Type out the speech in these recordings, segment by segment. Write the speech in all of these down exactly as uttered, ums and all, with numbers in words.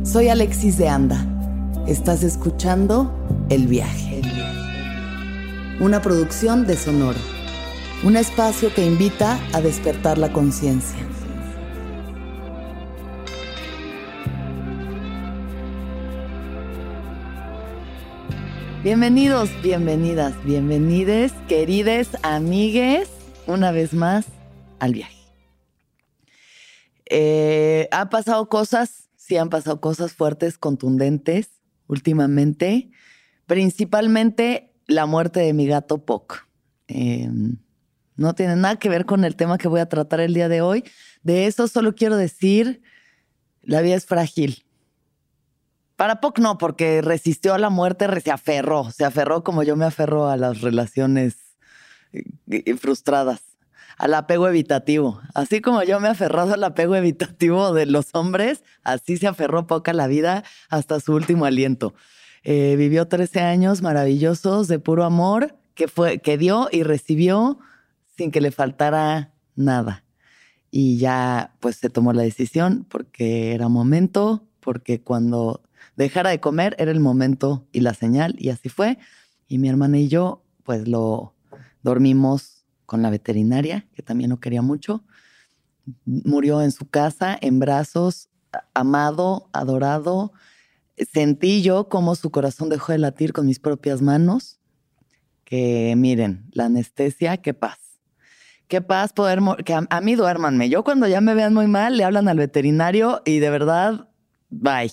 Soy Alexis de Anda. Estás escuchando El Viaje. Una producción de Sonoro. Un espacio que invita a despertar la conciencia. Bienvenidos, bienvenidas, bienvenides, querides amigues, una vez más al viaje. Eh, han pasado cosas, sí han pasado cosas fuertes, contundentes últimamente, principalmente la muerte de mi gato Puck. Eh, no tiene nada que ver con el tema que voy a tratar el día de hoy. De eso solo quiero decir, la vida es frágil. Para Puck no, porque resistió a la muerte, se aferró, se aferró como yo me aferro a las relaciones frustradas, al apego evitativo. Así como yo me he aferrado al apego evitativo de los hombres, así se aferró Puck a la vida hasta su último aliento. Eh, vivió trece años maravillosos de puro amor que, fue, que dio y recibió sin que le faltara nada. Y ya pues se tomó la decisión porque era momento, porque cuando dejara de comer era el momento y la señal, y así fue. Y mi hermana y yo pues lo dormimos con la veterinaria, que también lo quería mucho. Murió en su casa, en brazos, amado, adorado. Sentí yo cómo su corazón dejó de latir con mis propias manos. Que miren, la anestesia, qué paz. Qué paz poder... Que a, a mí duérmanme. Yo cuando ya me vean muy mal, le hablan al veterinario y de verdad, bye.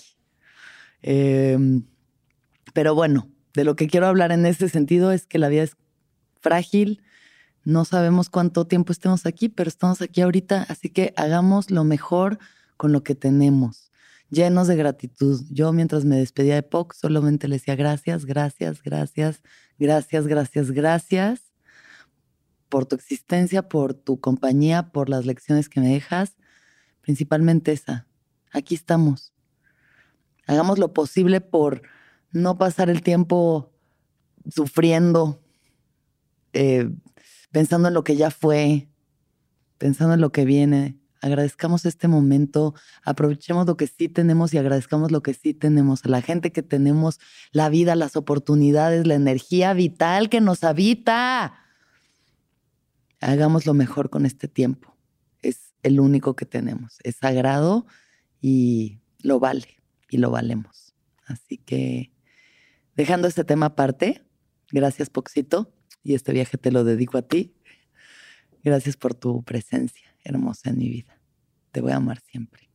Eh, pero bueno, de lo que quiero hablar en este sentido es que la vida es frágil. No sabemos cuánto tiempo estemos aquí, pero estamos aquí ahorita, así que hagamos lo mejor con lo que tenemos, llenos de gratitud. Yo mientras me despedía de Puck solamente le decía gracias, gracias, gracias, gracias, gracias, gracias por tu existencia, por tu compañía, por las lecciones que me dejas, principalmente esa. Aquí estamos. Hagamos lo posible por no pasar el tiempo sufriendo, eh, pensando en lo que ya fue, pensando en lo que viene. Agradezcamos este momento, aprovechemos lo que sí tenemos y agradezcamos lo que sí tenemos, a la gente que tenemos, la vida, las oportunidades, la energía vital que nos habita. Hagamos lo mejor con este tiempo. Es el único que tenemos. Es sagrado y lo vale. Y lo valemos. Así que, dejando este tema aparte, gracias, Puckcito, y este viaje te lo dedico a ti. Gracias por tu presencia hermosa en mi vida. Te voy a amar siempre.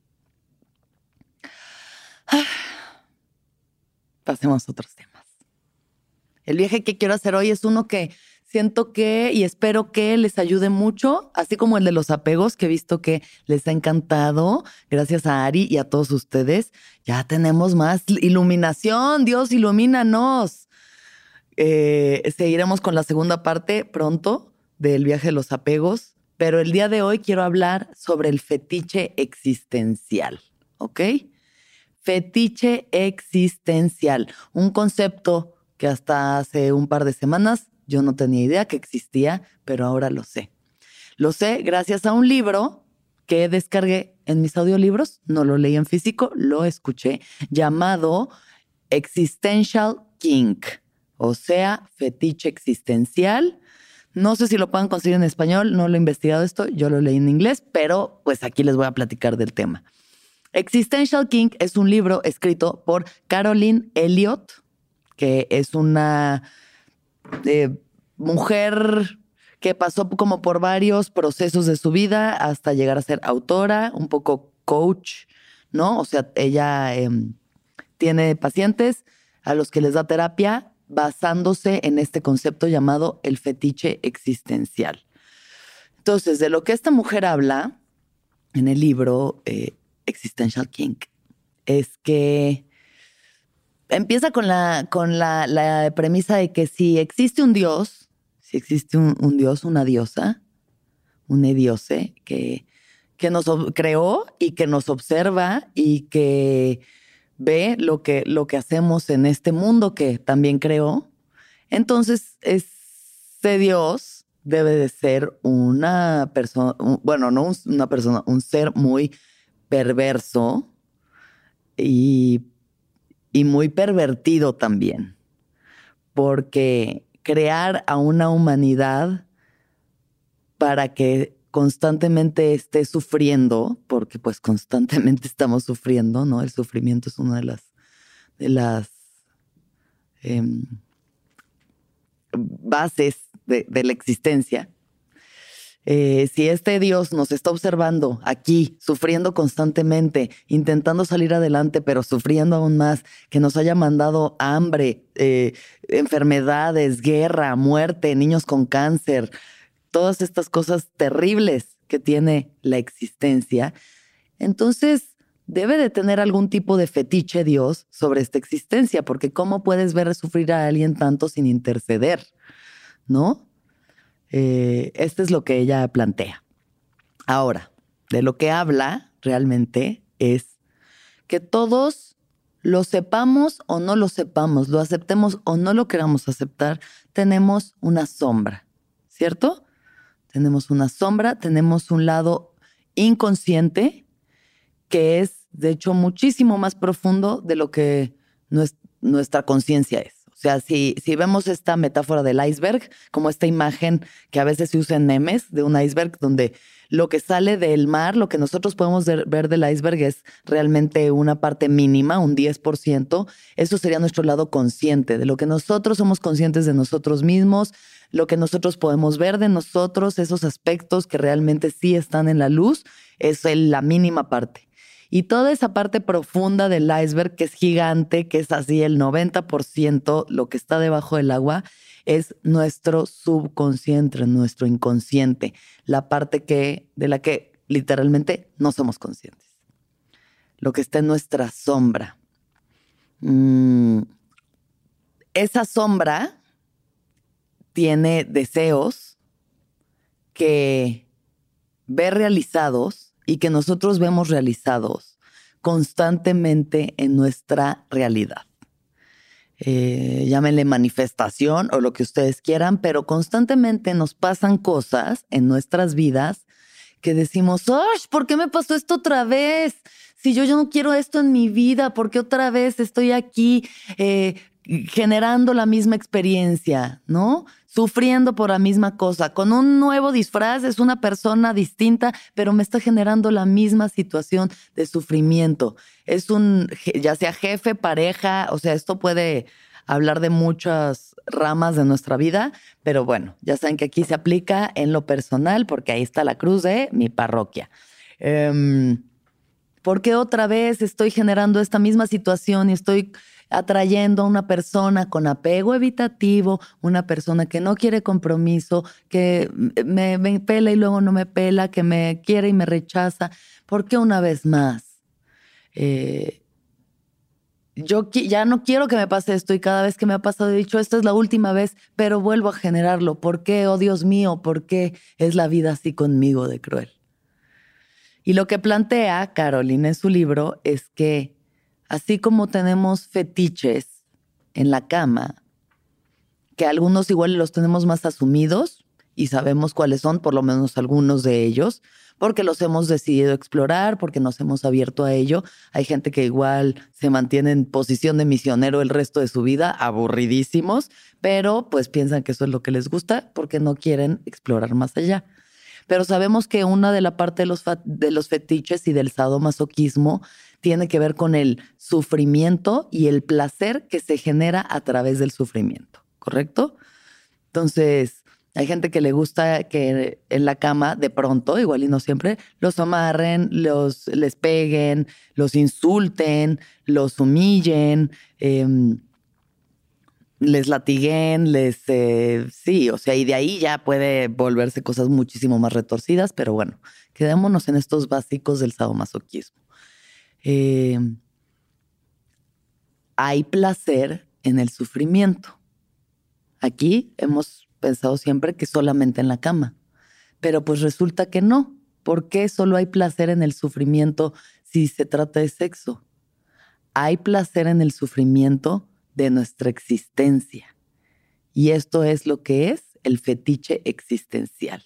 Ah, pasemos a otros temas. El viaje que quiero hacer hoy es uno que siento que y espero que les ayude mucho, así como el de los apegos, que he visto que les ha encantado. Gracias a Ari y a todos ustedes. Ya tenemos más iluminación. Dios, ilumínanos. Eh, seguiremos con la segunda parte pronto del viaje de los apegos, pero el día de hoy quiero hablar sobre el fetiche existencial, ¿ok? Fetiche existencial, un concepto que hasta hace un par de semanas yo no tenía idea que existía, pero ahora lo sé. Lo sé gracias a un libro que descargué en mis audiolibros, no lo leí en físico, lo escuché, llamado Existential Kink, o sea, fetiche existencial. No sé si lo puedan conseguir en español, no lo he investigado esto, yo lo leí en inglés, pero pues aquí les voy a platicar del tema. Existential Kink es un libro escrito por Caroline Elliott, que es una eh, mujer que pasó como por varios procesos de su vida hasta llegar a ser autora, un poco coach, ¿no? O sea, ella eh, tiene pacientes a los que les da terapia basándose en este concepto llamado el fetiche existencial. Entonces, de lo que esta mujer habla en el libro eh, Existential Kink es que empieza con la, con la, la premisa de que si existe un Dios, si existe un, un Dios, una diosa, un diose que, que nos creó y que nos observa y que ve lo que, lo que hacemos en este mundo que también creó, entonces ese Dios debe de ser una persona, bueno, no una persona, un ser muy perverso, y, y muy pervertido también, porque crear a una humanidad para que constantemente esté sufriendo, porque pues constantemente estamos sufriendo, ¿no? El sufrimiento es una de las, de las eh, bases de, de la existencia. Eh, si este Dios nos está observando aquí, sufriendo constantemente, intentando salir adelante, pero sufriendo aún más, que nos haya mandado hambre, eh, enfermedades, guerra, muerte, niños con cáncer, todas estas cosas terribles que tiene la existencia, entonces debe de tener algún tipo de fetiche Dios sobre esta existencia, porque ¿cómo puedes ver sufrir a alguien tanto sin interceder? ¿No? Eh, esto es lo que ella plantea. Ahora, de lo que habla realmente es que todos lo sepamos o no lo sepamos, lo aceptemos o no lo queramos aceptar, tenemos una sombra, ¿cierto? Tenemos una sombra, tenemos un lado inconsciente que es, de hecho, muchísimo más profundo de lo que nuestra conciencia es. O sea, si, si vemos esta metáfora del iceberg, como esta imagen que a veces se usa en memes de un iceberg, donde lo que sale del mar, lo que nosotros podemos ver del iceberg es realmente una parte mínima, un diez por ciento. Eso sería nuestro lado consciente, de lo que nosotros somos conscientes de nosotros mismos, lo que nosotros podemos ver de nosotros, esos aspectos que realmente sí están en la luz, es la mínima parte. Y toda esa parte profunda del iceberg, que es gigante, que es así el noventa por ciento, lo que está debajo del agua, es nuestro subconsciente, nuestro inconsciente, la parte que, de la que literalmente no somos conscientes. Lo que está en nuestra sombra. Mm, esa sombra tiene deseos que ve realizados y que nosotros vemos realizados constantemente en nuestra realidad. Eh, llámenle manifestación o lo que ustedes quieran, pero constantemente nos pasan cosas en nuestras vidas que decimos, ¡ay! ¿Por qué me pasó esto otra vez? Si yo, yo no quiero esto en mi vida, ¿por qué otra vez estoy aquí eh, generando la misma experiencia, ¿no? Sufriendo por la misma cosa. Con un nuevo disfraz es una persona distinta, pero me está generando la misma situación de sufrimiento. Es un, ya sea jefe, pareja, o sea, esto puede hablar de muchas ramas de nuestra vida, pero bueno, ya saben que aquí se aplica en lo personal, porque ahí está la cruz de mi parroquia. Um, ¿Por qué otra vez estoy generando esta misma situación y estoy atrayendo a una persona con apego evitativo, una persona que no quiere compromiso, que me, me pela y luego no me pela, que me quiere y me rechaza? ¿Por qué una vez más? Eh, yo ya no quiero que me pase esto y cada vez que me ha pasado he dicho, esta es la última vez, pero vuelvo a generarlo. ¿Por qué? Oh Dios mío, ¿por qué es la vida así conmigo de cruel? Y lo que plantea Caroline en su libro es que así como tenemos fetiches en la cama, que algunos igual los tenemos más asumidos y sabemos cuáles son, por lo menos algunos de ellos, porque los hemos decidido explorar, porque nos hemos abierto a ello. Hay gente que igual se mantiene en posición de misionero el resto de su vida, aburridísimos, pero pues piensan que eso es lo que les gusta porque no quieren explorar más allá. Pero sabemos que una de la parte de los, de los fetiches y del sadomasoquismo tiene que ver con el sufrimiento y el placer que se genera a través del sufrimiento, ¿correcto? Entonces, hay gente que le gusta que en la cama, de pronto, igual y no siempre, los amarren, los, les peguen, los insulten, los humillen, eh, les latiguen, les... Eh, sí, o sea, y de ahí ya puede volverse cosas muchísimo más retorcidas, pero bueno, quedémonos en estos básicos del sadomasoquismo. Eh, hay placer en el sufrimiento. Aquí hemos pensado siempre que solamente en la cama, pero pues resulta que no. ¿Por qué solo hay placer en el sufrimiento si se trata de sexo? Hay placer en el sufrimiento de nuestra existencia. Y esto es lo que es el fetiche existencial.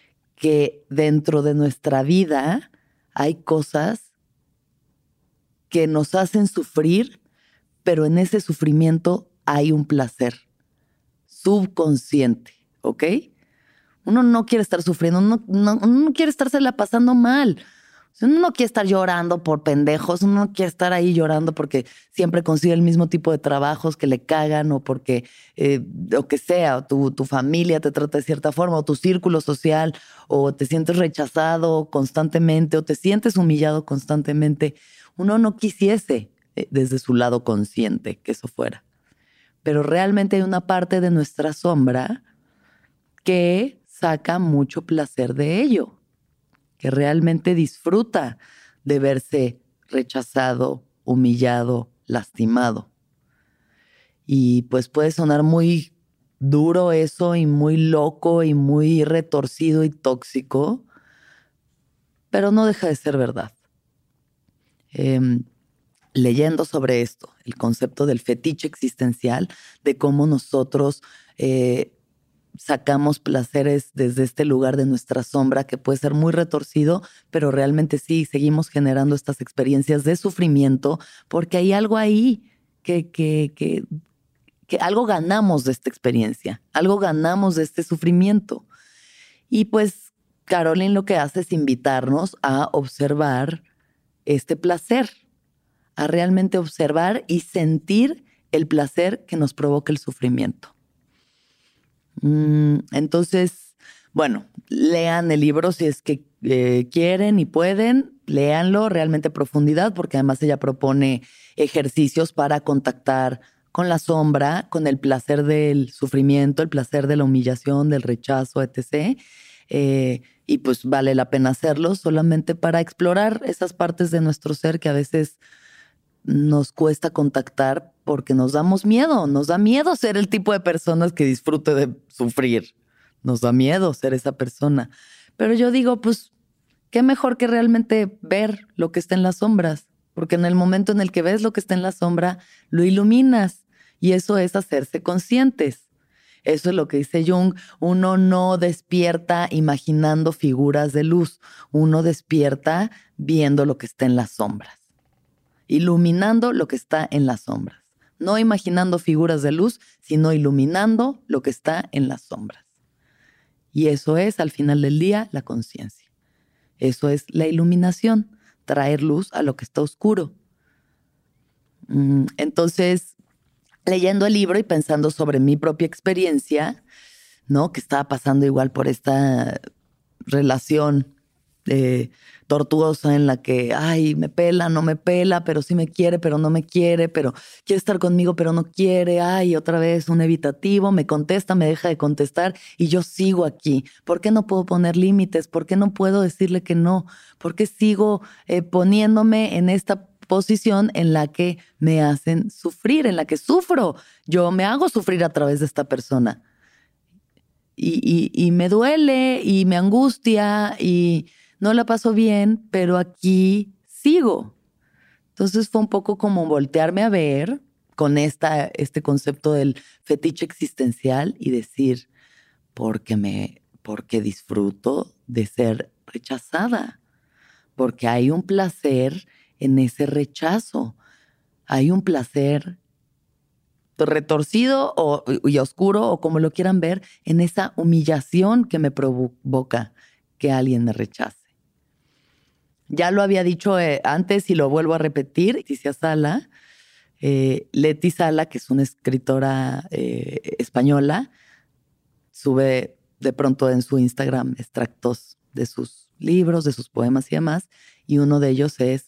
Que dentro de nuestra vida hay cosas que nos hacen sufrir, pero en ese sufrimiento hay un placer subconsciente, ¿ok? Uno no quiere estar sufriendo, uno no, uno no quiere estársela pasando mal. O sea, uno no quiere estar llorando por pendejos, uno no quiere estar ahí llorando porque siempre consigue el mismo tipo de trabajos que le cagan o porque, eh, o que sea, tu, tu familia te trata de cierta forma o tu círculo social o te sientes rechazado constantemente o te sientes humillado constantemente. Uno no quisiese eh, desde su lado consciente que eso fuera. Pero realmente hay una parte de nuestra sombra que saca mucho placer de ello, que realmente disfruta de verse rechazado, humillado, lastimado. Y pues puede sonar muy duro eso y muy loco y muy retorcido y tóxico, pero no deja de ser verdad. Eh, leyendo sobre esto, el concepto del fetiche existencial, de cómo nosotros eh, sacamos placeres desde este lugar de nuestra sombra que puede ser muy retorcido, pero realmente sí, seguimos generando estas experiencias de sufrimiento porque hay algo ahí que, que, que, que algo ganamos de esta experiencia, algo ganamos de este sufrimiento. Y pues Caroline lo que hace es invitarnos a observar este placer, a realmente observar y sentir el placer que nos provoca el sufrimiento. Entonces, bueno, lean el libro si es que eh, quieren y pueden, léanlo realmente a profundidad, porque además ella propone ejercicios para contactar con la sombra, con el placer del sufrimiento, el placer de la humillación, del rechazo, etcétera. Eh, y pues vale la pena hacerlo solamente para explorar esas partes de nuestro ser que a veces nos cuesta contactar porque nos damos miedo, nos da miedo ser el tipo de personas que disfrute de sufrir, nos da miedo ser esa persona. Pero yo digo, pues, qué mejor que realmente ver lo que está en las sombras, porque en el momento en el que ves lo que está en la sombra, lo iluminas y eso es hacerse conscientes. Eso es lo que dice Jung, uno no despierta imaginando figuras de luz, uno despierta viendo lo que está en las sombras. Iluminando lo que está en las sombras. No imaginando figuras de luz, sino iluminando lo que está en las sombras. Y eso es, al final del día, la conciencia. Eso es la iluminación, traer luz a lo que está oscuro. Entonces, leyendo el libro y pensando sobre mi propia experiencia, ¿no? Que estaba pasando igual por esta relación Eh, tortuosa en la que, ay, me pela, no me pela, pero sí me quiere, pero no me quiere, pero quiere estar conmigo, pero no quiere, ay, otra vez un evitativo, me contesta, me deja de contestar y yo sigo aquí. ¿Por qué no puedo poner límites? ¿Por qué no puedo decirle que no? ¿Por qué sigo eh, poniéndome en esta posición en la que me hacen sufrir, en la que sufro? Yo me hago sufrir a través de esta persona. Y, y, y me duele y me angustia y no la paso bien, pero aquí sigo. Entonces fue un poco como voltearme a ver con esta, este concepto del fetiche existencial y decir, porque me, porque disfruto de ser rechazada, porque hay un placer en ese rechazo, hay un placer retorcido o, y oscuro o como lo quieran ver, en esa humillación que me provoca que alguien me rechace. Ya lo había dicho eh, antes y lo vuelvo a repetir. Leticia Sala, eh, Leti Sala, que es una escritora eh, española, sube de pronto en su Instagram extractos de sus libros, de sus poemas y demás, y uno de ellos es,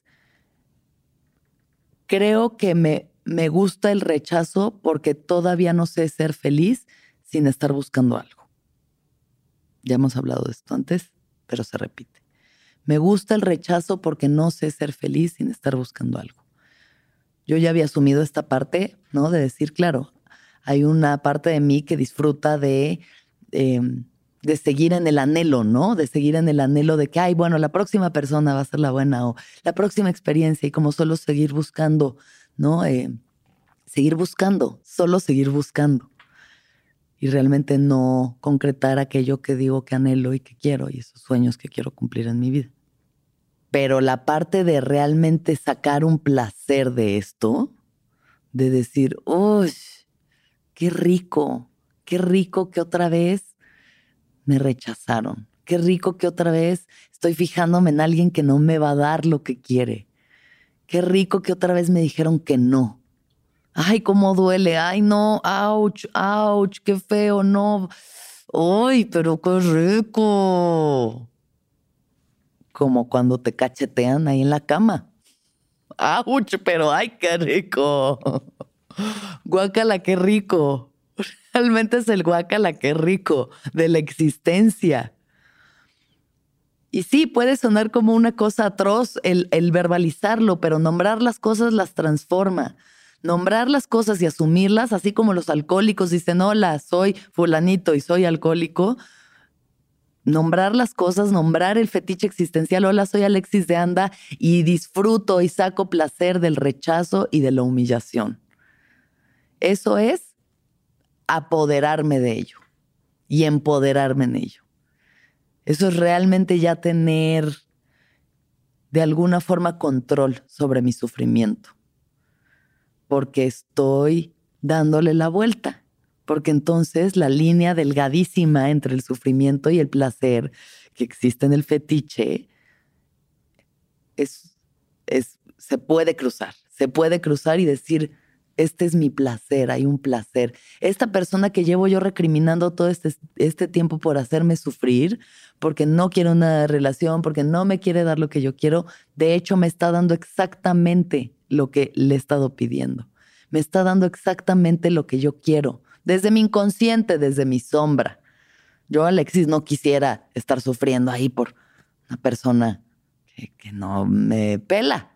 creo que me, me gusta el rechazo porque todavía no sé ser feliz sin estar buscando algo. Ya hemos hablado de esto antes, pero se repite. Me gusta el rechazo porque no sé ser feliz sin estar buscando algo. Yo ya había asumido esta parte, ¿no? De decir, claro, hay una parte de mí que disfruta de, eh, de seguir en el anhelo, ¿no? De seguir en el anhelo de que, ay, bueno, la próxima persona va a ser la buena o la próxima experiencia y como solo seguir buscando, ¿no? Eh, seguir buscando, solo seguir buscando. Y realmente no concretar aquello que digo que anhelo y que quiero y esos sueños que quiero cumplir en mi vida. Pero la parte de realmente sacar un placer de esto, de decir, ¡uy! ¡Qué rico! ¡Qué rico que otra vez me rechazaron! ¡Qué rico que otra vez estoy fijándome en alguien que no me va a dar lo que quiere! ¡Qué rico que otra vez me dijeron que no! ¡Ay, cómo duele! ¡Ay, no! ¡Auch! ¡Auch! ¡Qué feo! ¡No! ¡Ay, pero qué rico! Como cuando te cachetean ahí en la cama. ¡Auch! Pero ¡ay, qué rico! Guácala, qué rico. Realmente es el guácala, qué rico de la existencia. Y sí, puede sonar como una cosa atroz el, el verbalizarlo, pero nombrar las cosas las transforma. Nombrar las cosas y asumirlas, así como los alcohólicos dicen, hola, soy fulanito y soy alcohólico. Nombrar las cosas, nombrar el fetiche existencial, hola, soy Alexis de Anda y disfruto y saco placer del rechazo y de la humillación. Eso es apoderarme de ello y empoderarme en ello. Eso es realmente ya tener de alguna forma control sobre mi sufrimiento, porque estoy dándole la vuelta, porque entonces la línea delgadísima entre el sufrimiento y el placer que existe en el fetiche es, es, se puede cruzar, se puede cruzar y decir, este es mi placer, hay un placer. Esta persona que llevo yo recriminando todo este, este tiempo por hacerme sufrir, porque no quiere una relación, porque no me quiere dar lo que yo quiero, de hecho me está dando exactamente lo que le he estado pidiendo. Me está dando exactamente lo que yo quiero, desde mi inconsciente, desde mi sombra. Yo, Alexis, no quisiera estar sufriendo ahí por una persona que, que no me pela,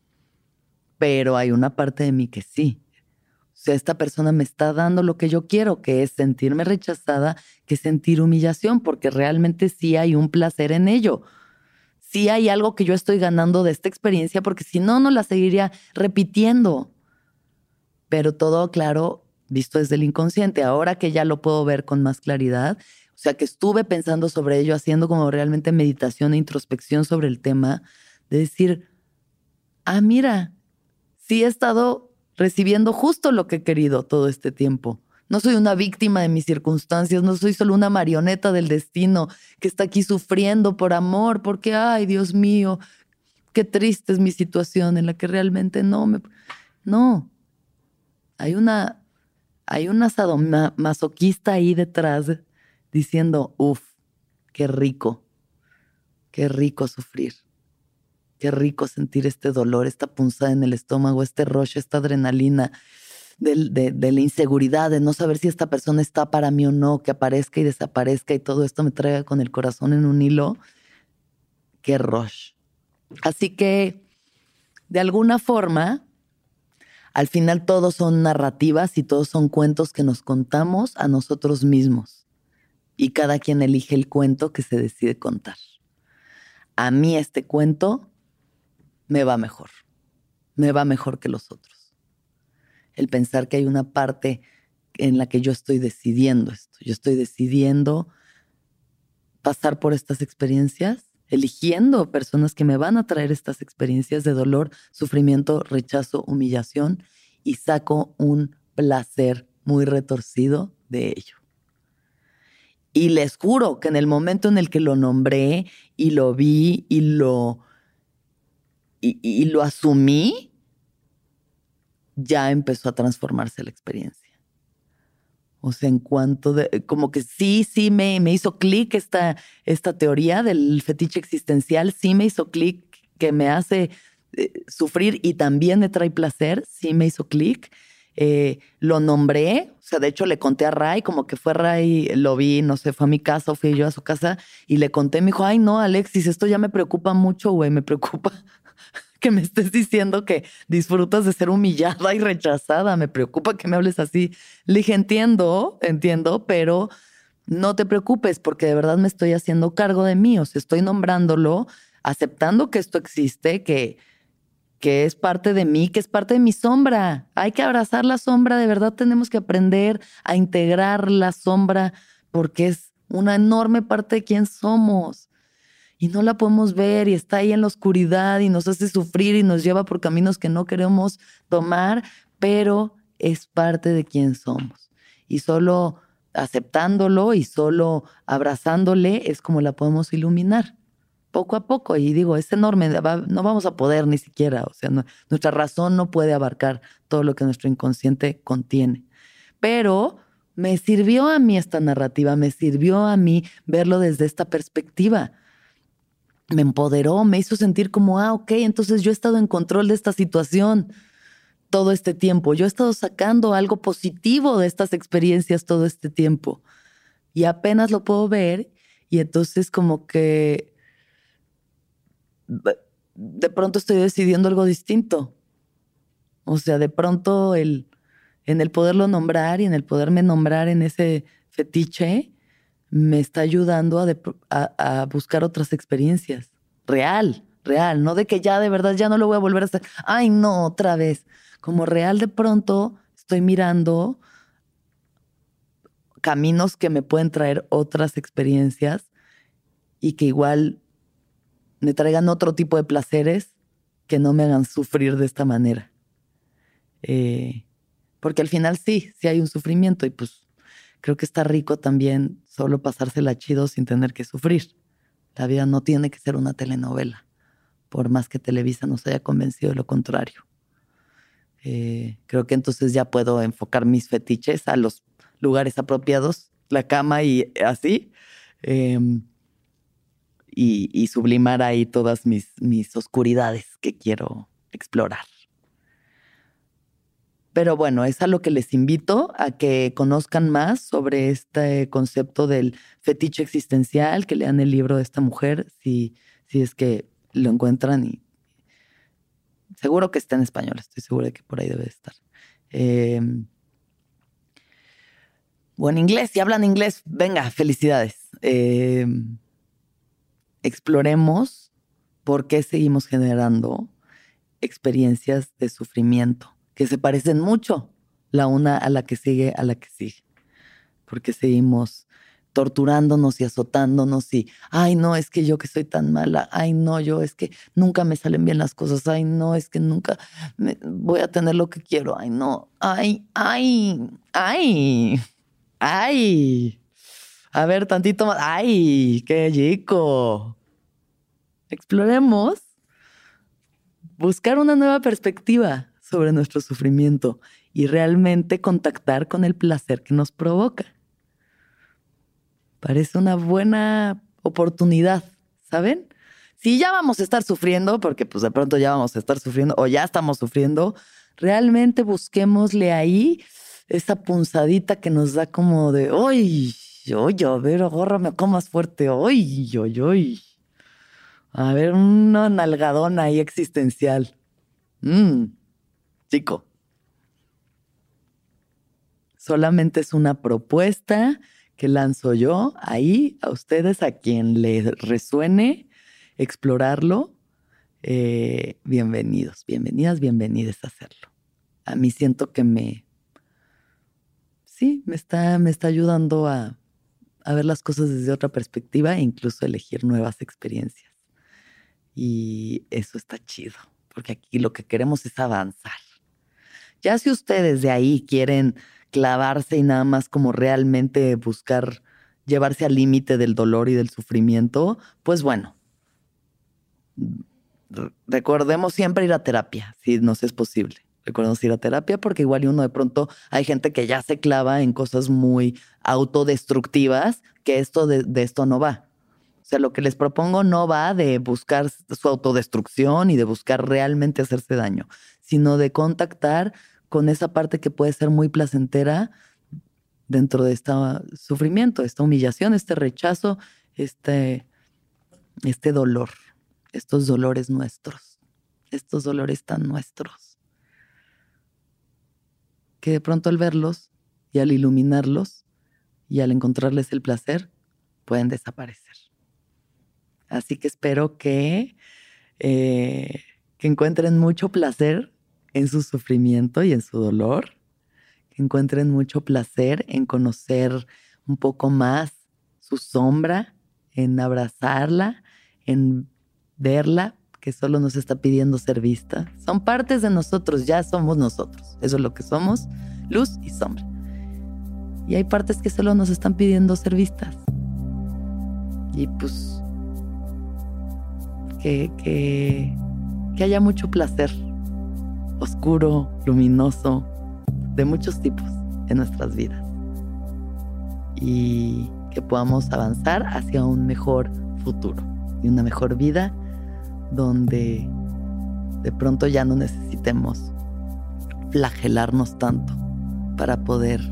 pero hay una parte de mí que sí. O sea, esta persona me está dando lo que yo quiero, que es sentirme rechazada, que es sentir humillación, porque realmente sí hay un placer en ello. Sí hay algo que yo estoy ganando de esta experiencia, porque si no, no la seguiría repitiendo. Pero todo, claro, visto desde el inconsciente. Ahora que ya lo puedo ver con más claridad, o sea, que estuve pensando sobre ello, haciendo como realmente meditación e introspección sobre el tema, de decir, ah, mira, sí he estado recibiendo justo lo que he querido todo este tiempo. No soy una víctima de mis circunstancias, no soy solo una marioneta del destino que está aquí sufriendo por amor, porque, ay, Dios mío, qué triste es mi situación en la que realmente no me... No, hay una, hay una sadomasoquista ahí detrás diciendo, uff, qué rico, qué rico sufrir. Qué rico sentir este dolor, esta punzada en el estómago, este rush, esta adrenalina de, de, de la inseguridad, de no saber si esta persona está para mí o no, que aparezca y desaparezca y todo esto me traiga con el corazón en un hilo. Qué rush. Así que, de alguna forma, al final todos son narrativas y todos son cuentos que nos contamos a nosotros mismos. Y cada quien elige el cuento que se decide contar. A mí este cuento me va mejor, me va mejor que los otros. El pensar que hay una parte en la que yo estoy decidiendo esto, yo estoy decidiendo pasar por estas experiencias, eligiendo personas que me van a traer estas experiencias de dolor, sufrimiento, rechazo, humillación, y saco un placer muy retorcido de ello. Y les juro que en el momento en el que lo nombré y lo vi y lo... Y, y lo asumí, ya empezó a transformarse la experiencia. O sea, en cuanto de, como que sí, sí me, me hizo clic esta, esta teoría del fetiche existencial, sí me hizo clic que me hace eh, sufrir y también me trae placer, sí me hizo clic. Eh, lo nombré, o sea, de hecho le conté a Ray, como que fue Ray, lo vi, no sé, fue a mi casa o fui yo a su casa y le conté, me dijo, ay no, Alexis, esto ya me preocupa mucho, güey, me preocupa que me estés diciendo que disfrutas de ser humillada y rechazada. Me preocupa que me hables así. Le dije, entiendo, entiendo, pero no te preocupes porque de verdad me estoy haciendo cargo de mí. O sea, estoy nombrándolo, aceptando que esto existe, que, que es parte de mí, que es parte de mi sombra. Hay que abrazar la sombra. De verdad tenemos que aprender a integrar la sombra porque es una enorme parte de quién somos. y no la podemos ver y está ahí en la oscuridad y nos hace sufrir y nos lleva por caminos que no queremos tomar, pero es parte de quién somos. Y solo aceptándolo y solo abrazándole es como la podemos iluminar poco a poco. Y digo, es enorme, no vamos a poder ni siquiera, o sea, no, nuestra razón no puede abarcar todo lo que nuestro inconsciente contiene. Pero me sirvió a mí esta narrativa, me sirvió a mí verlo desde esta perspectiva. Me empoderó, me hizo sentir como, ah, ok, entonces yo he estado en control de esta situación todo este tiempo. Yo he estado sacando algo positivo de estas experiencias todo este tiempo. Y apenas lo puedo ver y entonces como que de pronto estoy decidiendo algo distinto. O sea, de pronto el, en el poderlo nombrar y en el poderme nombrar en ese fetiche, me está ayudando a, de, a, a buscar otras experiencias. Real, real. No de que ya de verdad ya no lo voy a volver a hacer. Ay, no, otra vez. Como real de pronto estoy mirando caminos que me pueden traer otras experiencias y que igual me traigan otro tipo de placeres que no me hagan sufrir de esta manera. Eh, porque al final sí, sí hay un sufrimiento y pues creo que está rico también solo pasársela chido sin tener que sufrir. La vida no tiene que ser una telenovela, por más que Televisa nos haya convencido de lo contrario. Eh, creo que entonces ya puedo enfocar mis fetiches a los lugares apropiados, la cama y así, eh, y, y sublimar ahí todas mis, mis oscuridades que quiero explorar. Pero bueno, es a lo que les invito, a que conozcan más sobre este concepto del fetiche existencial, que lean el libro de esta mujer, si, si es que lo encuentran, y seguro que está en español, estoy segura de que por ahí debe estar. Eh, o en inglés, si hablan inglés, venga, felicidades. Eh, exploremos por qué seguimos generando experiencias de sufrimiento que se parecen mucho la una a la que sigue, a la que sigue. Porque seguimos torturándonos y azotándonos y, ay, no, es que yo que soy tan mala, ay, no, yo es que nunca me salen bien las cosas, ay, no, es que nunca me, voy a tener lo que quiero, ay, no, ay, ay, ay, ay. A ver, tantito más, ay, qué rico. Exploremos buscar una nueva perspectiva sobre nuestro sufrimiento y realmente contactar con el placer que nos provoca. Parece una buena oportunidad, ¿saben? Si ya vamos a estar sufriendo, porque pues de pronto ya vamos a estar sufriendo o ya estamos sufriendo, realmente busquémosle ahí esa punzadita que nos da como de, ¡ay! ¡Oye, a ver, agárrame acá más fuerte! ¡Ay, ay, ay! A ver, una nalgadona ahí existencial. Mmm, chico. Solamente es una propuesta que lanzo yo ahí a ustedes, a quien les resuene explorarlo. Eh, bienvenidos, bienvenidas, bienvenidas a hacerlo. A mí siento que me, sí, me está, me está ayudando a, a ver las cosas desde otra perspectiva e incluso elegir nuevas experiencias. Y eso está chido, porque aquí lo que queremos es avanzar. Ya si ustedes de ahí quieren clavarse y nada más como realmente buscar llevarse al límite del dolor y del sufrimiento, pues bueno, recordemos siempre ir a terapia, si nos es posible. Recordemos ir a terapia porque igual y uno de pronto hay gente que ya se clava en cosas muy autodestructivas, que esto de, de esto no va. O sea, lo que les propongo no va de buscar su autodestrucción y de buscar realmente hacerse daño, sino de contactar con esa parte que puede ser muy placentera dentro de este sufrimiento, esta humillación, este rechazo, este, este dolor, estos dolores nuestros, estos dolores tan nuestros, que de pronto al verlos y al iluminarlos y al encontrarles el placer, pueden desaparecer. Así que espero que, eh, que encuentren mucho placer en su sufrimiento y en su dolor, que encuentren mucho placer en conocer un poco más su sombra, en abrazarla, en verla, que solo nos está pidiendo ser vista. Son partes de nosotros, ya somos nosotros. Eso es lo que somos, luz y sombra. Y hay partes que solo nos están pidiendo ser vistas. Y pues que, que, que haya mucho placer, oscuro, luminoso, de muchos tipos en nuestras vidas. Y que podamos avanzar hacia un mejor futuro y una mejor vida donde de pronto ya no necesitemos flagelarnos tanto para poder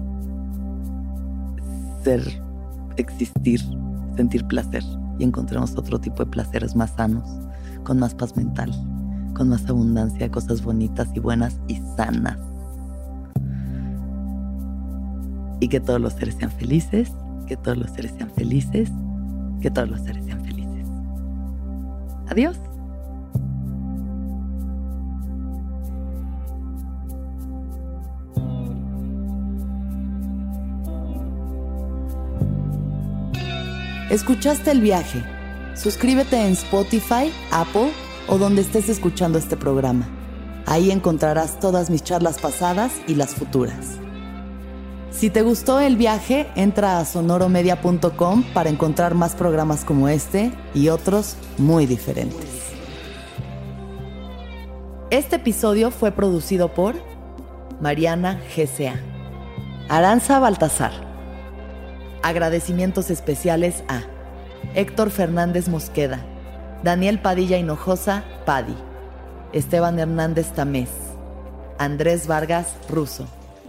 ser, existir, sentir placer y encontremos otro tipo de placeres más sanos, con más paz mental, con más abundancia de cosas bonitas y buenas y sanas. Y que todos los seres sean felices, que todos los seres sean felices, que todos los seres sean felices. Adiós. ¿Escuchaste El Viaje? Suscríbete en Spotify, Apple o donde estés escuchando este programa. Ahí encontrarás todas mis charlas pasadas y las futuras. Si te gustó El Viaje, entra a sonoro media punto com para encontrar más programas como este y otros muy diferentes. Este episodio fue producido por Mariana G C A, Aranza Baltasar. Agradecimientos especiales a Héctor Fernández Mosqueda, Daniel Padilla Hinojosa, Padi, Esteban Hernández Tamés, Andrés Vargas Russo.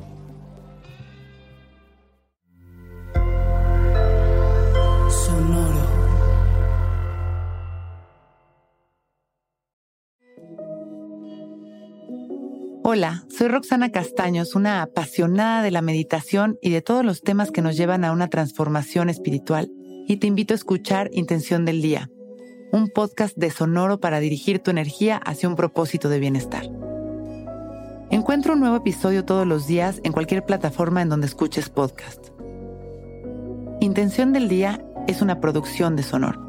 Hola, soy Roxana Castaños, una apasionada de la meditación y de todos los temas que nos llevan a una transformación espiritual, y te invito a escuchar Intención del Día, un podcast de Sonoro para dirigir tu energía hacia un propósito de bienestar. Encuentra un nuevo episodio todos los días en cualquier plataforma en donde escuches podcast. Intención del Día es una producción de Sonoro.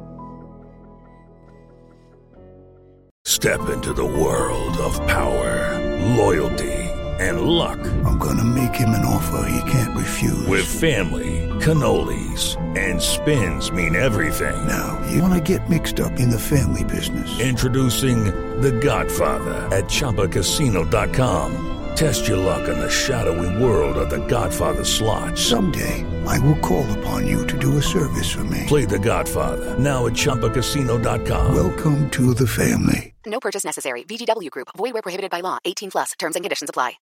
Step into the world of power, loyalty, and luck. I'm gonna make him an offer he can't refuse. With family, cannolis, and spins mean everything. Now, you wanna get mixed up in the family business. Introducing The Godfather at Chumba Casino dot com. Test your luck in the shadowy world of The Godfather slot. Someday, I will call upon you to do a service for me. Play The Godfather, now at Chumba Casino dot com. Welcome to the family. No purchase necessary. V G W Group. Void where prohibited by law. eighteen plus. Terms and conditions apply.